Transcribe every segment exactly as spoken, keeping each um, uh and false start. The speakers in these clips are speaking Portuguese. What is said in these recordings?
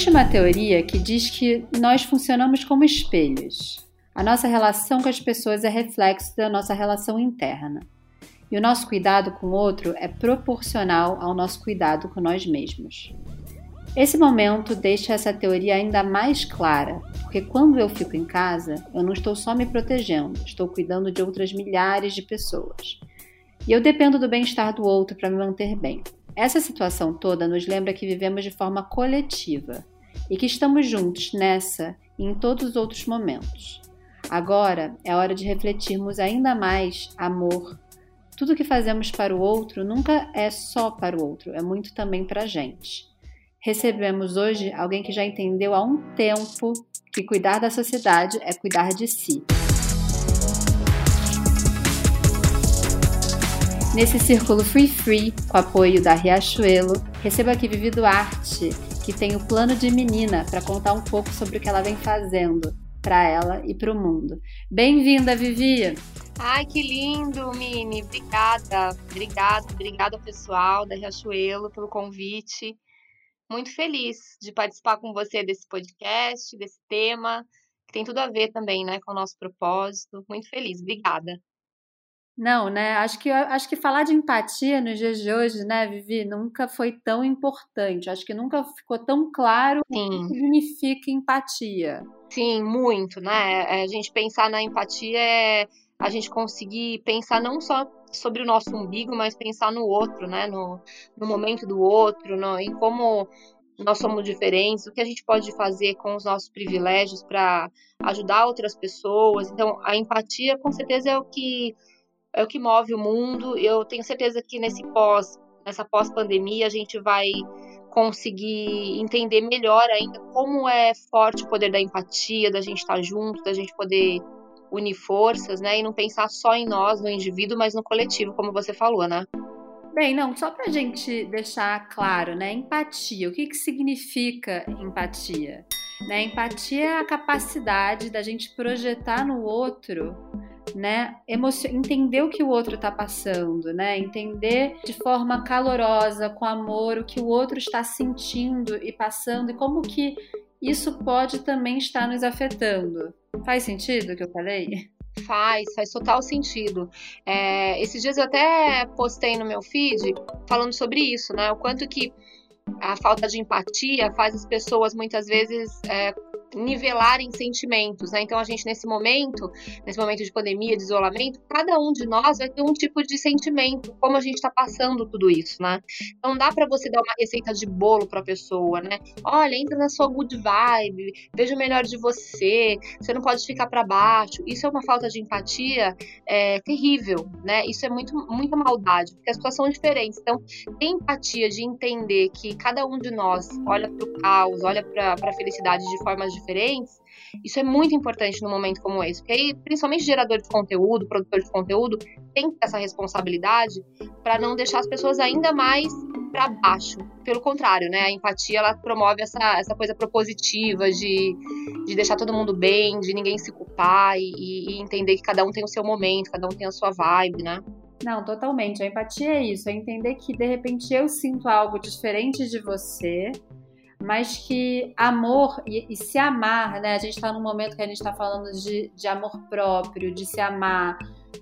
Existe uma teoria que diz que nós funcionamos como espelhos. A nossa relação com as pessoas é reflexo da nossa relação interna. E o nosso cuidado com o outro é proporcional ao nosso cuidado com nós mesmos. Esse momento deixa essa teoria ainda mais clara, porque quando eu fico em casa, eu não estou só me protegendo, estou cuidando de outras milhares de pessoas. E eu dependo do bem-estar do outro para me manter bem. Essa situação toda nos lembra que vivemos de forma coletiva e que estamos juntos nessa e em todos os outros momentos. Agora é hora de refletirmos ainda mais amor. Tudo que fazemos para o outro nunca é só para o outro, é muito também para a gente. Recebemos hoje alguém que já entendeu há um tempo que cuidar da sociedade é cuidar de si. Nesse círculo Free Free, com apoio da Riachuelo, recebo aqui Vivi Duarte, que tem o Plano de Menina para contar um pouco sobre o que ela vem fazendo para ela e para o mundo. Bem-vinda, Vivi! Ai, que lindo, Mini! Obrigada, obrigada, obrigada pessoal da Riachuelo pelo convite. Muito feliz de participar com você desse podcast, desse tema, que tem tudo a ver também, né, com o nosso propósito. Muito feliz, obrigada. Não, né? Acho que, acho que falar de empatia nos dias de hoje, né, Vivi, nunca foi tão importante. Acho que nunca ficou tão claro Sim. o que significa empatia. Sim, muito, né? A gente pensar na empatia é a gente conseguir pensar não só sobre o nosso umbigo, mas pensar no outro, né? No, no momento do outro, no, em como nós somos diferentes, o que a gente pode fazer com os nossos privilégios para ajudar outras pessoas. Então, a empatia, com certeza, é o que é o que move o mundo. Eu tenho certeza que nesse pós, nessa pós-pandemia, a gente vai conseguir entender melhor ainda como é forte o poder da empatia, da gente estar junto, da gente poder unir forças, né? E não pensar só em nós, no indivíduo, mas no coletivo, como você falou, né? Bem, não, só pra gente deixar claro, né? Empatia, o que que significa empatia? Né? Empatia é a capacidade da gente projetar no outro, né, emocio- entender o que o outro está passando, né, entender de forma calorosa, com amor, o que o outro está sentindo e passando e como que isso pode também estar nos afetando. Faz sentido o que eu falei? Faz, faz total sentido. É, esses dias eu até postei no meu feed falando sobre isso, né, o quanto que a falta de empatia faz as pessoas muitas vezes é, nivelarem sentimentos, né? Então a gente nesse momento, nesse momento de pandemia, de isolamento, cada um de nós vai ter um tipo de sentimento, como a gente está passando tudo isso, né? Não dá para você dar uma receita de bolo para a pessoa, né? Olha, entra na sua good vibe, veja o melhor de você, você não pode ficar para baixo. Isso é uma falta de empatia é, terrível, né? Isso é muito, muita maldade, porque as pessoas são diferentes. Então, ter empatia de entender que cada um de nós olha para o caos, olha para a felicidade de formas diferentes, isso é muito importante num momento como esse, porque aí, principalmente gerador de conteúdo, produtor de conteúdo, tem que ter essa responsabilidade para não deixar as pessoas ainda mais para baixo. Pelo contrário, né, a empatia ela promove essa, essa coisa propositiva de, de deixar todo mundo bem, de ninguém se culpar e, e entender que cada um tem o seu momento, cada um tem a sua vibe, né? Não, totalmente. A empatia é isso, é entender que de repente eu sinto algo diferente de você, mas que amor e, e se amar, né? A gente está num momento que a gente está falando de, de amor próprio, de se amar,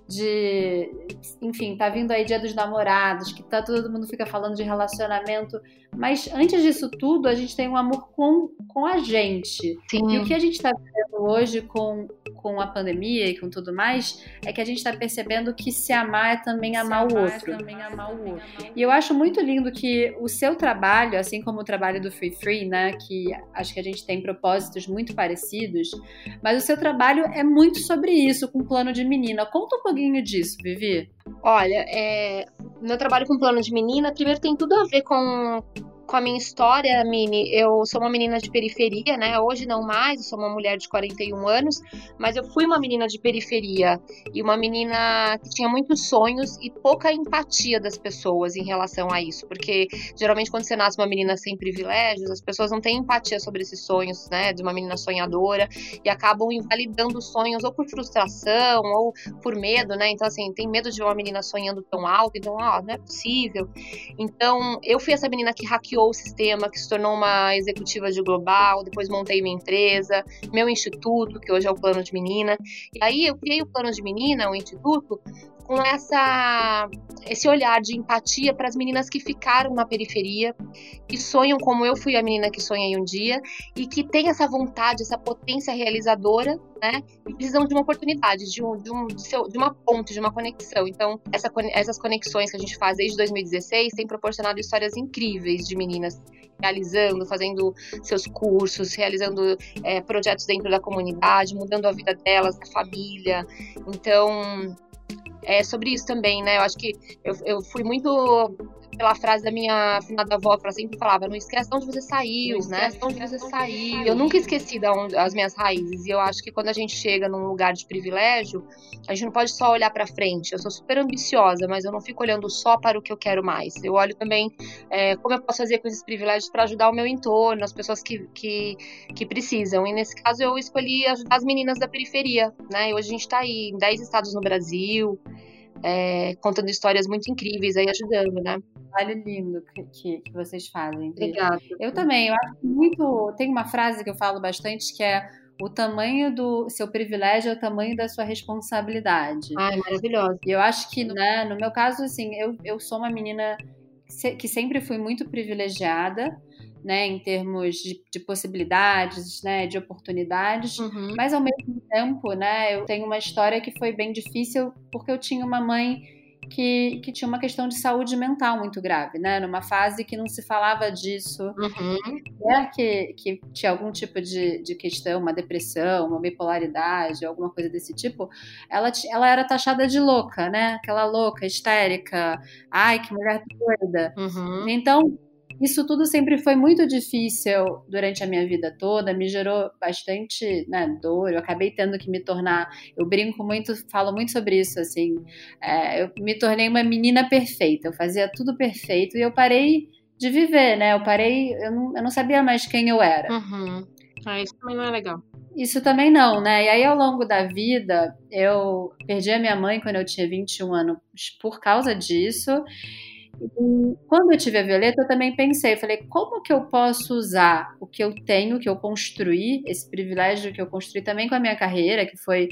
de, enfim, tá vindo aí Dia dos Namorados, que tá, todo mundo fica falando de relacionamento, mas antes disso tudo, a gente tem um amor com, com a gente. Sim. E o que a gente está vivendo hoje com, com a pandemia e com tudo mais, é que a gente está percebendo que se amar é também amar o outro. E eu acho muito lindo que o seu trabalho, assim como o trabalho do Free Free, né, que acho que a gente tem propósitos muito parecidos, mas o seu trabalho é muito sobre isso, com o Plano de Menina. Conta um pouquinho disso, Vivi. Olha, é, meu trabalho com Plano de Menina, primeiro tem tudo a ver com, com a minha história, Mini. Eu sou uma menina de periferia, né? Hoje não mais, eu sou uma mulher de quarenta e um anos, mas eu fui uma menina de periferia e uma menina que tinha muitos sonhos e pouca empatia das pessoas em relação a isso, porque geralmente quando você nasce uma menina sem privilégios, as pessoas não têm empatia sobre esses sonhos, né? De uma menina sonhadora e acabam invalidando os sonhos ou por frustração ou por medo, né? Então, assim, tem medo de uma menina sonhando tão alto, então, ó, não é possível. Então, eu fui essa menina que hackeou hackeou o sistema, que se tornou uma executiva de global, depois montei minha empresa, meu instituto, que hoje é o Plano de Menina. E aí eu criei o Plano de Menina, o instituto, com essa, esse olhar de empatia para as meninas que ficaram na periferia, que sonham como eu fui a menina que sonhei um dia, e que tem essa vontade, essa potência realizadora, né? E precisam de uma oportunidade, de, um, de, um, de, seu, de uma ponte, de uma conexão. Então, essa, essas conexões que a gente faz desde dois mil e dezesseis têm proporcionado histórias incríveis de meninas realizando, fazendo seus cursos, realizando é, projetos dentro da comunidade, mudando a vida delas, da família. Então, é sobre isso também, né? Eu acho que eu, eu fui muito pela frase da minha afinada avó, que ela sempre falava, não esquece de onde você saiu, não né? De onde você saiu. Eu nunca esqueci de onde, as minhas raízes. E eu acho que quando a gente chega num lugar de privilégio, a gente não pode só olhar para frente. Eu sou super ambiciosa, mas eu não fico olhando só para o que eu quero mais. Eu olho também é, como eu posso fazer com esses privilégios para ajudar o meu entorno, as pessoas que, que, que precisam. E nesse caso eu escolhi ajudar as meninas da periferia, né? E hoje a gente está aí em dez estados no Brasil, É, contando histórias muito incríveis aí, ajudando, né? Trabalho lindo que, que, que vocês fazem. Obrigada. Eu também, eu acho muito... Tem uma frase que eu falo bastante que é o tamanho do seu privilégio é o tamanho da sua responsabilidade. Ai, maravilhosa. E eu acho que, né, no meu caso, assim, eu, eu sou uma menina que sempre fui muito privilegiada, né, em termos de, de possibilidades, né, de oportunidades, uhum. Mas ao mesmo tempo, né, eu tenho uma história que foi bem difícil porque eu tinha uma mãe que, que tinha uma questão de saúde mental muito grave, né, numa fase que não se falava disso, uhum. Né, que, que tinha algum tipo de, de questão, uma depressão, uma bipolaridade, alguma coisa desse tipo, ela, ela era taxada de louca, né, aquela louca, histérica, ai, que mulher doida, uhum. Então isso tudo sempre foi muito difícil durante a minha vida toda, me gerou bastante, né, dor, eu acabei tendo que me tornar, eu brinco muito, falo muito sobre isso, assim, é, eu me tornei uma menina perfeita, eu fazia tudo perfeito e eu parei de viver, né, eu parei, eu não, eu não sabia mais quem eu era. Uhum. Ah, isso também não é legal. Isso também não, né, e aí ao longo da vida, eu perdi a minha mãe quando eu tinha vinte e um anos por causa disso. E quando eu tive a Violeta, eu também pensei, falei, como que eu posso usar o que eu tenho, que eu construí, esse privilégio que eu construí também com a minha carreira, que foi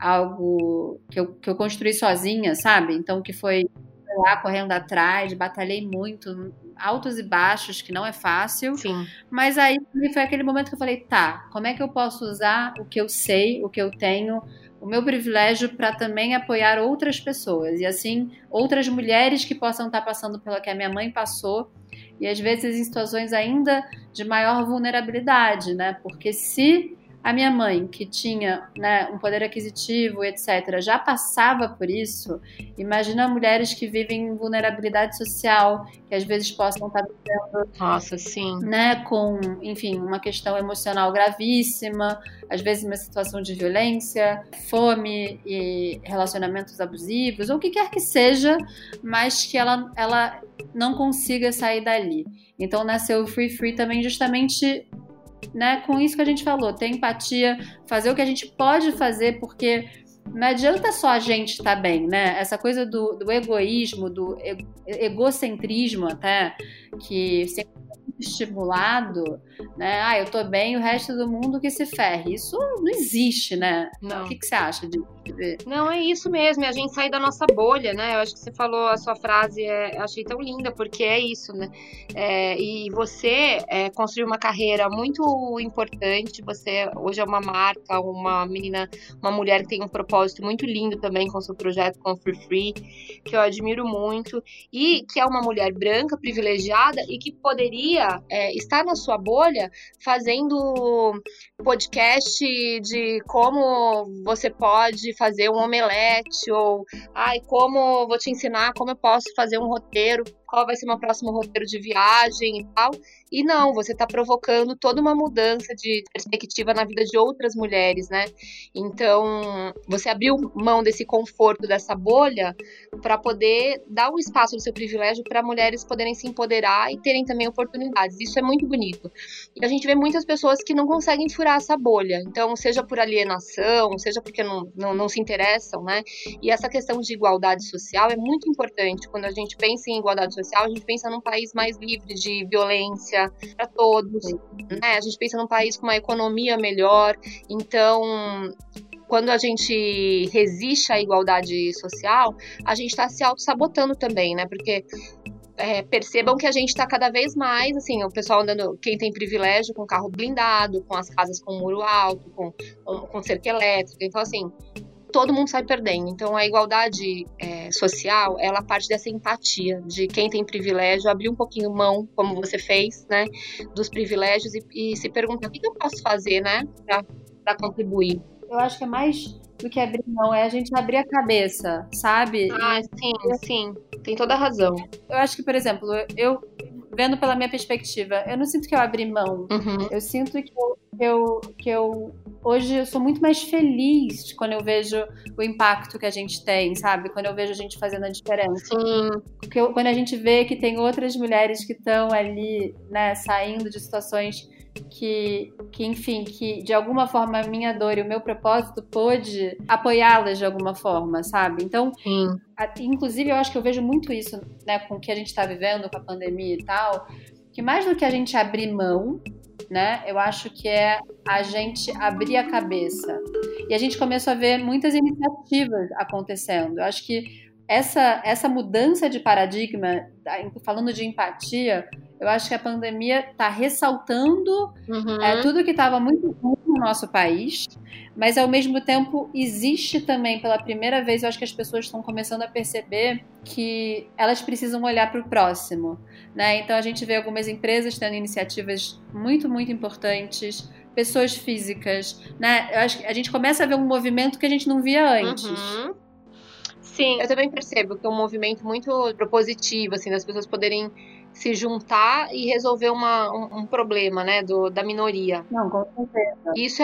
algo que eu, que eu construí sozinha, sabe? Então, que foi lá correndo atrás, batalhei muito, altos e baixos, que não é fácil. Sim. Mas aí foi aquele momento que eu falei, tá, como é que eu posso usar o que eu sei, o que eu tenho, o meu privilégio para também apoiar outras pessoas e assim outras mulheres que possam estar passando pelo que a minha mãe passou e às vezes em situações ainda de maior vulnerabilidade, né? Porque se a minha mãe, que tinha, né, um poder aquisitivo, etcétera, já passava por isso, imagina mulheres que vivem em vulnerabilidade social, que às vezes possam estar vivendo, Nossa, sim, né, com, enfim, uma questão emocional gravíssima, às vezes uma situação de violência, fome e relacionamentos abusivos, ou o que quer que seja, mas que ela, ela não consiga sair dali. Então nasceu o Free Free também justamente, né, com isso que a gente falou, ter empatia, fazer o que a gente pode fazer, porque não adianta só a gente estar bem, né? Essa coisa do, do egoísmo, do ego, egocentrismo até, que sempre é estimulado, né? Ah, eu tô bem, o resto do mundo que se ferre. Isso não existe, né? Não. O que, que você acha disso? Não, é isso mesmo, é a gente sair da nossa bolha, né? Eu acho que você falou a sua frase, é, eu achei tão linda, porque é isso, né? É, e você é, construiu uma carreira muito importante, você hoje é uma marca, uma menina, uma mulher que tem um propósito muito lindo também com o seu projeto com o Free Free, que eu admiro muito, e que é uma mulher branca, privilegiada, e que poderia é, estar na sua bolha fazendo podcast de como você pode fazer um omelete, ou ai, como vou te ensinar como eu posso fazer um roteiro, qual vai ser o meu próximo roteiro de viagem e tal. E não, você está provocando toda uma mudança de perspectiva na vida de outras mulheres, né? Então, você abriu mão desse conforto, dessa bolha, para poder dar um espaço do seu privilégio para mulheres poderem se empoderar e terem também oportunidades. Isso é muito bonito. E a gente vê muitas pessoas que não conseguem furar essa bolha. Então, seja por alienação, seja porque não, não, não se interessam, né? E essa questão de igualdade social é muito importante. Quando a gente pensa em igualdade social, a gente pensa num país mais livre de violência para todos, né? A gente pensa num país com uma economia melhor. Então, quando a gente resiste à igualdade social, a gente está se auto-sabotando também, né? Porque é, percebam que a gente está cada vez mais, assim, o pessoal andando, quem tem privilégio, com carro blindado, com as casas com muro alto, com, com, com cerca elétrica. Então, assim, todo mundo sai perdendo. Então, a igualdade é, social, ela parte dessa empatia de quem tem privilégio, abrir um pouquinho mão, como você fez, né, dos privilégios e, e se perguntar o que eu posso fazer, né, para contribuir. Eu acho que é mais do que abrir mão, é a gente abrir a cabeça, sabe? Ah, sim, sim. Tem toda a razão. Eu acho que, por exemplo, eu, vendo pela minha perspectiva, eu não sinto que eu abri mão. Uhum. Eu sinto que eu, que eu, que eu... Hoje eu sou muito mais feliz quando eu vejo o impacto que a gente tem, sabe? Quando eu vejo a gente fazendo a diferença. Sim. Porque eu, quando a gente vê que tem outras mulheres que estão ali, né, saindo de situações que, que, enfim, que de alguma forma a minha dor e o meu propósito pôde apoiá-las de alguma forma, sabe? Então, Sim. a, inclusive eu acho que eu vejo muito isso, né, com o que a gente está vivendo, com a pandemia e tal, que mais do que a gente abrir mão, né, eu acho que é a gente abrir a cabeça. E a gente começou a ver muitas iniciativas acontecendo. Eu acho que essa, essa mudança de paradigma, falando de empatia, eu acho que a pandemia está ressaltando uhum. é, tudo que estava muito ruim no nosso país, mas ao mesmo tempo existe também, pela primeira vez, eu acho que as pessoas estão começando a perceber que elas precisam olhar para o próximo, né? Então a gente vê algumas empresas tendo iniciativas muito, muito importantes, pessoas físicas, né? Eu acho que a gente começa a ver um movimento que a gente não via antes. Uhum. Sim, eu também percebo que é um movimento muito propositivo, assim, das pessoas poderem se juntar e resolver uma, um, um problema, né, do, da minoria. Não, com certeza. Isso é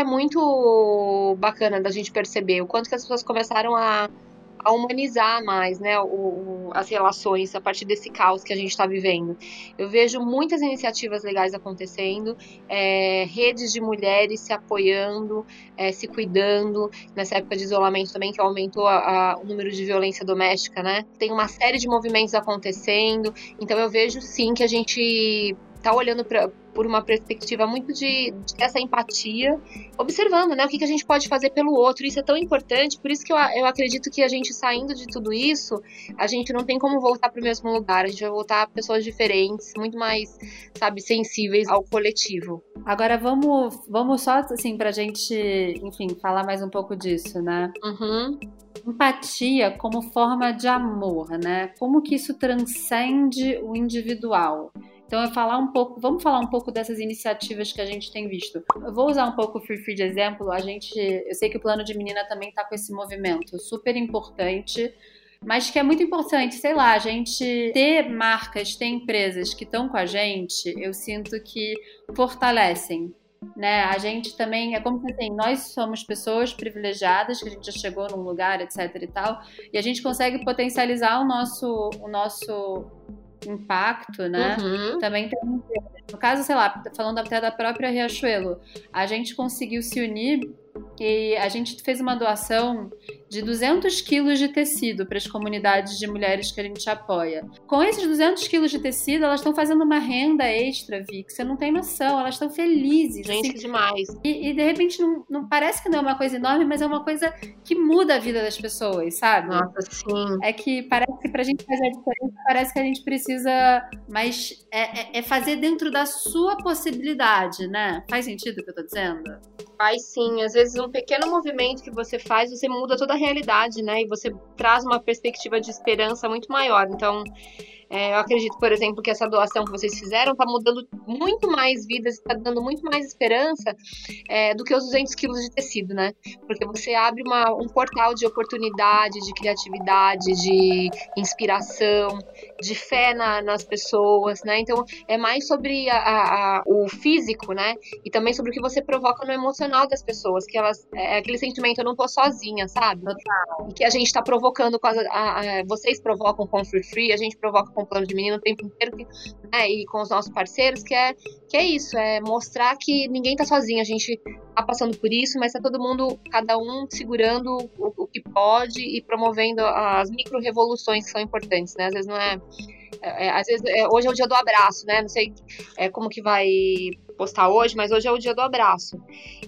muito bacana da gente perceber, o quanto que as pessoas começaram a, a humanizar mais, né, o, o, as relações a partir desse caos que a gente está vivendo. Eu vejo muitas iniciativas legais acontecendo, é, redes de mulheres se apoiando, é, se cuidando, nessa época de isolamento também, que aumentou a, a, o número de violência doméstica, né? Tem uma série de movimentos acontecendo, então eu vejo sim que a gente tá olhando pra, por uma perspectiva muito de, de essa empatia, observando, né, o que, que a gente pode fazer pelo outro. Isso é tão importante, por isso que eu, eu acredito que a gente saindo de tudo isso, a gente não tem como voltar para o mesmo lugar, a gente vai voltar pessoas diferentes, muito mais, sabe, sensíveis ao coletivo. Agora vamos, vamos só, assim, pra gente, enfim, falar mais um pouco disso, né? Uhum. Empatia como forma de amor, né? Como que isso transcende o individual? Então, eu falar um pouco, vamos falar um pouco dessas iniciativas que a gente tem visto. Eu vou usar um pouco o Free Free de exemplo. A gente, eu sei que o Plano de Menina também está com esse movimento super importante, mas que é muito importante, sei lá, a gente ter marcas, ter empresas que estão com a gente, eu sinto que fortalecem, né? A gente também, é como se assim, nós somos pessoas privilegiadas, que a gente já chegou num lugar, etc e tal, e a gente consegue potencializar o nosso, o nosso impacto, né? Uhum. Também tem, no caso, sei lá, falando até da própria Riachuelo, a gente conseguiu se unir e a gente fez uma doação de duzentos quilos de tecido para as comunidades de mulheres que a gente apoia. Com esses duzentos quilos de tecido, elas estão fazendo uma renda extra, Vi, que você não tem noção, elas estão felizes. Gente, assim, que demais. E, e de repente não, não parece que não é uma coisa enorme, mas é uma coisa que muda a vida das pessoas, sabe? Nossa, sim. É que parece que pra gente fazer a diferença, parece que a gente precisa, mas é, é, é fazer dentro da sua possibilidade, né? Faz sentido o que eu tô dizendo? Faz sim, às vezes um pequeno movimento que você faz, você muda toda a realidade, né? E você traz uma perspectiva de esperança muito maior. Então, é, eu acredito, por exemplo, que essa doação que vocês fizeram está mudando muito mais vidas, está dando muito mais esperança é, do que os duzentos quilos de tecido, né? Porque você abre uma, um portal de oportunidade, de criatividade, de inspiração, de fé na, nas pessoas, né? Então, é mais sobre a, a, a, o físico, né? E também sobre o que você provoca no emocional das pessoas, que elas, é aquele sentimento, eu não tô sozinha, sabe? Total. E que a gente tá provocando, com a, a, a, vocês provocam com o Free Free, a gente provoca com o Plano de Menina o tempo inteiro, que, né, e com os nossos parceiros, que é, que é isso, é mostrar que ninguém tá sozinho, a gente tá passando por isso, mas tá todo mundo, cada um segurando o, o que pode e promovendo as micro-revoluções que são importantes, né? Às vezes não é É, às vezes, é, hoje é o dia do abraço, né? Não sei é, como que vai postar hoje, mas hoje é o dia do abraço.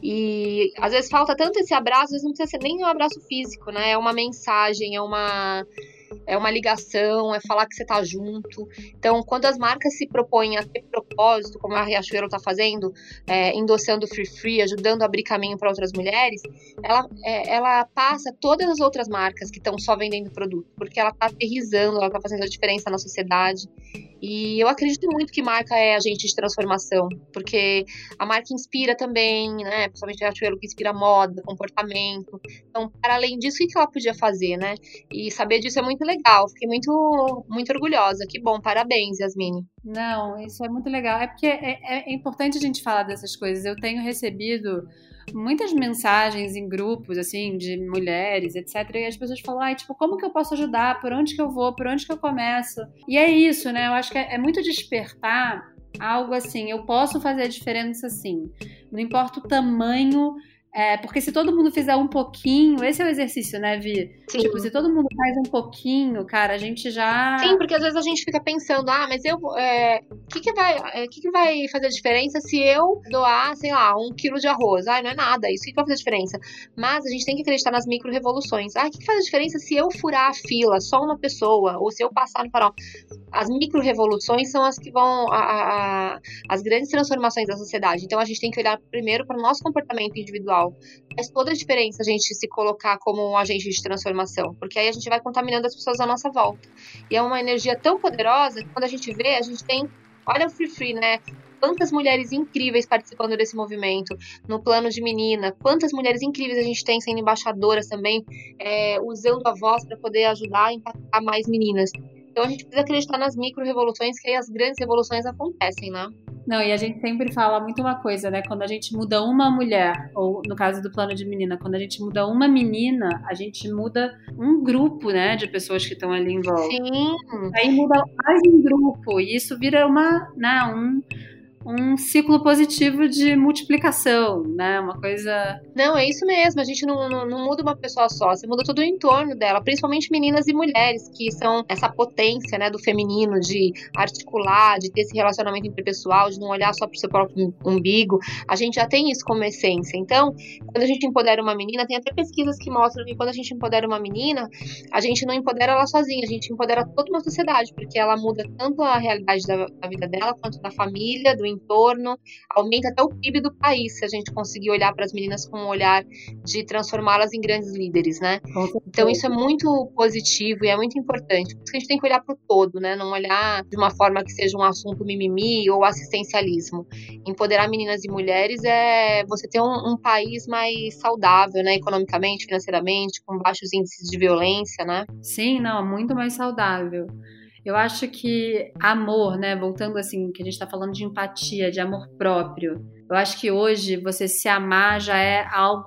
E às vezes falta tanto esse abraço, às vezes não precisa ser nem um abraço físico, né? É uma mensagem, é uma, é uma ligação, é falar que você tá junto. Então, quando as marcas se propõem a ter propósito, como a Riachuelo está fazendo, é, endossando o Free Free, ajudando a abrir caminho para outras mulheres, ela, é, ela passa todas as outras marcas que estão só vendendo produto, porque ela está aterrissando, ela está fazendo a diferença na sociedade. E eu acredito muito que marca é agente de transformação, porque a marca inspira também, né? Principalmente a Riachuelo, que inspira moda, comportamento. Então, para além disso, o que ela podia fazer, né? E saber disso é muito legal. Fiquei muito, muito orgulhosa. Que bom, parabéns, Yasmine. Não, isso é muito legal. É porque é, é importante a gente falar dessas coisas. Eu tenho recebido muitas mensagens em grupos, assim, de mulheres, etcétera. E as pessoas falam, ai, tipo, como que eu posso ajudar? Por onde que eu vou? Por onde que eu começo? E é isso, né? Eu acho que é, é muito despertar algo assim, eu posso fazer a diferença sim. Não importa o tamanho, é, porque se todo mundo fizer um pouquinho, esse é o exercício, né, Vi? Sim. Tipo, se todo mundo faz um pouquinho, cara, a gente já... Sim, porque às vezes a gente fica pensando, ah, mas eu, é, que que vai, é, que que vai fazer a diferença se eu doar, sei lá, um quilo de arroz? Ah, não é nada, isso que vai fazer a diferença. Mas a gente tem que acreditar nas micro-revoluções. Ah, o que que faz a diferença se eu furar a fila, só uma pessoa, ou se eu passar no farol? As micro-revoluções são as que vão, a, a, a, as grandes transformações da sociedade. Então a gente tem que olhar primeiro para o nosso comportamento individual. Faz toda a diferença a gente se colocar como um agente de transformação, porque aí a gente vai contaminando as pessoas à nossa volta. E é uma energia tão poderosa que quando a gente vê, a gente tem, olha o Free Free, né? Quantas mulheres incríveis participando desse movimento, no plano de menina, quantas mulheres incríveis a gente tem sendo embaixadoras também, é, usando a voz para poder ajudar a impactar mais meninas. Então a gente precisa acreditar nas micro-revoluções, que aí as grandes revoluções acontecem, né? Não, e a gente sempre fala muito uma coisa, né? Quando a gente muda uma mulher, ou no caso do plano de menina, quando a gente muda uma menina, a gente muda um grupo, né, de pessoas que estão ali em volta. Sim. Aí muda mais um grupo, e isso vira uma, né, um... um ciclo positivo de multiplicação, né? Uma coisa... Não, é isso mesmo. A gente não, não, não muda uma pessoa só, você muda todo o entorno dela, principalmente meninas e mulheres, que são essa potência, né, do feminino, de articular, de ter esse relacionamento interpessoal, de não olhar só para o seu próprio umbigo. A gente já tem isso como essência. Então, quando a gente empodera uma menina, tem até pesquisas que mostram que quando a gente empodera uma menina, a gente não empodera ela sozinha, a gente empodera toda uma sociedade, porque ela muda tanto a realidade da, da vida dela, quanto da família, do entorno, aumenta até o P I B do país, se a gente conseguir olhar para as meninas com um olhar de transformá-las em grandes líderes, né? Então isso é muito positivo e é muito importante, por isso que a gente tem que olhar para o todo, né? Não olhar de uma forma que seja um assunto mimimi ou assistencialismo. Empoderar meninas e mulheres é você ter um, um país mais saudável, né? Economicamente, financeiramente, com baixos índices de violência, né? Sim, não, muito mais saudável. Eu acho que amor, né, voltando assim, que a gente está falando de empatia, de amor próprio, eu acho que hoje você se amar já é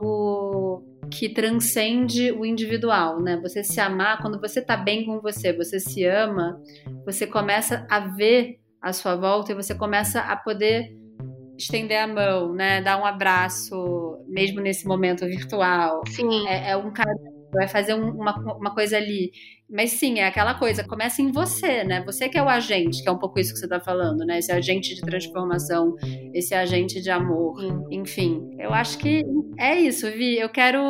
algo que transcende o individual, né? Você se amar, quando você tá bem com você, você se ama, você começa a ver a sua volta e você começa a poder estender a mão, né, dar um abraço, mesmo nesse momento virtual. Sim. É, é um cara vai fazer um, uma, uma coisa ali. Mas sim, é aquela coisa, começa em você, né? Você que é o agente, que é um pouco isso que você tá falando, né? Esse agente de transformação, esse agente de amor, sim. Enfim. Eu acho que é isso, Vi. Eu quero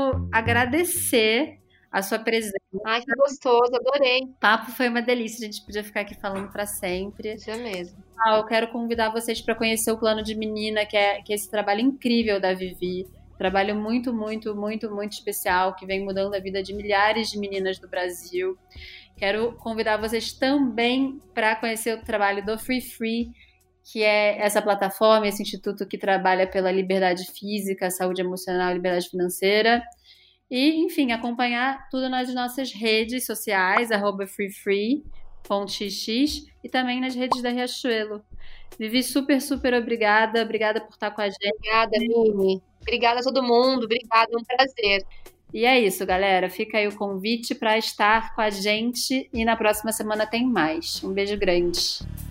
agradecer a sua presença. Ai, que gostoso, adorei. O papo foi uma delícia, a gente podia ficar aqui falando para sempre. Isso é mesmo. Ah, eu quero convidar vocês para conhecer o Plano de Menina, que é, que é esse trabalho incrível da Vivi. Trabalho muito, muito, muito, muito especial, que vem mudando a vida de milhares de meninas do Brasil. Quero convidar vocês também para conhecer o trabalho do Free Free, que é essa plataforma, esse instituto que trabalha pela liberdade física, saúde emocional e liberdade financeira. E, enfim, acompanhar tudo nas nossas redes sociais, arroba freefree ponto xx, e também nas redes da Riachuelo. Vivi, super, super obrigada. Obrigada por estar com a gente. Obrigada, Vini. Obrigada a todo mundo. Obrigada, é um prazer. E é isso, galera. Fica aí o convite para estar com a gente e na próxima semana tem mais. Um beijo grande.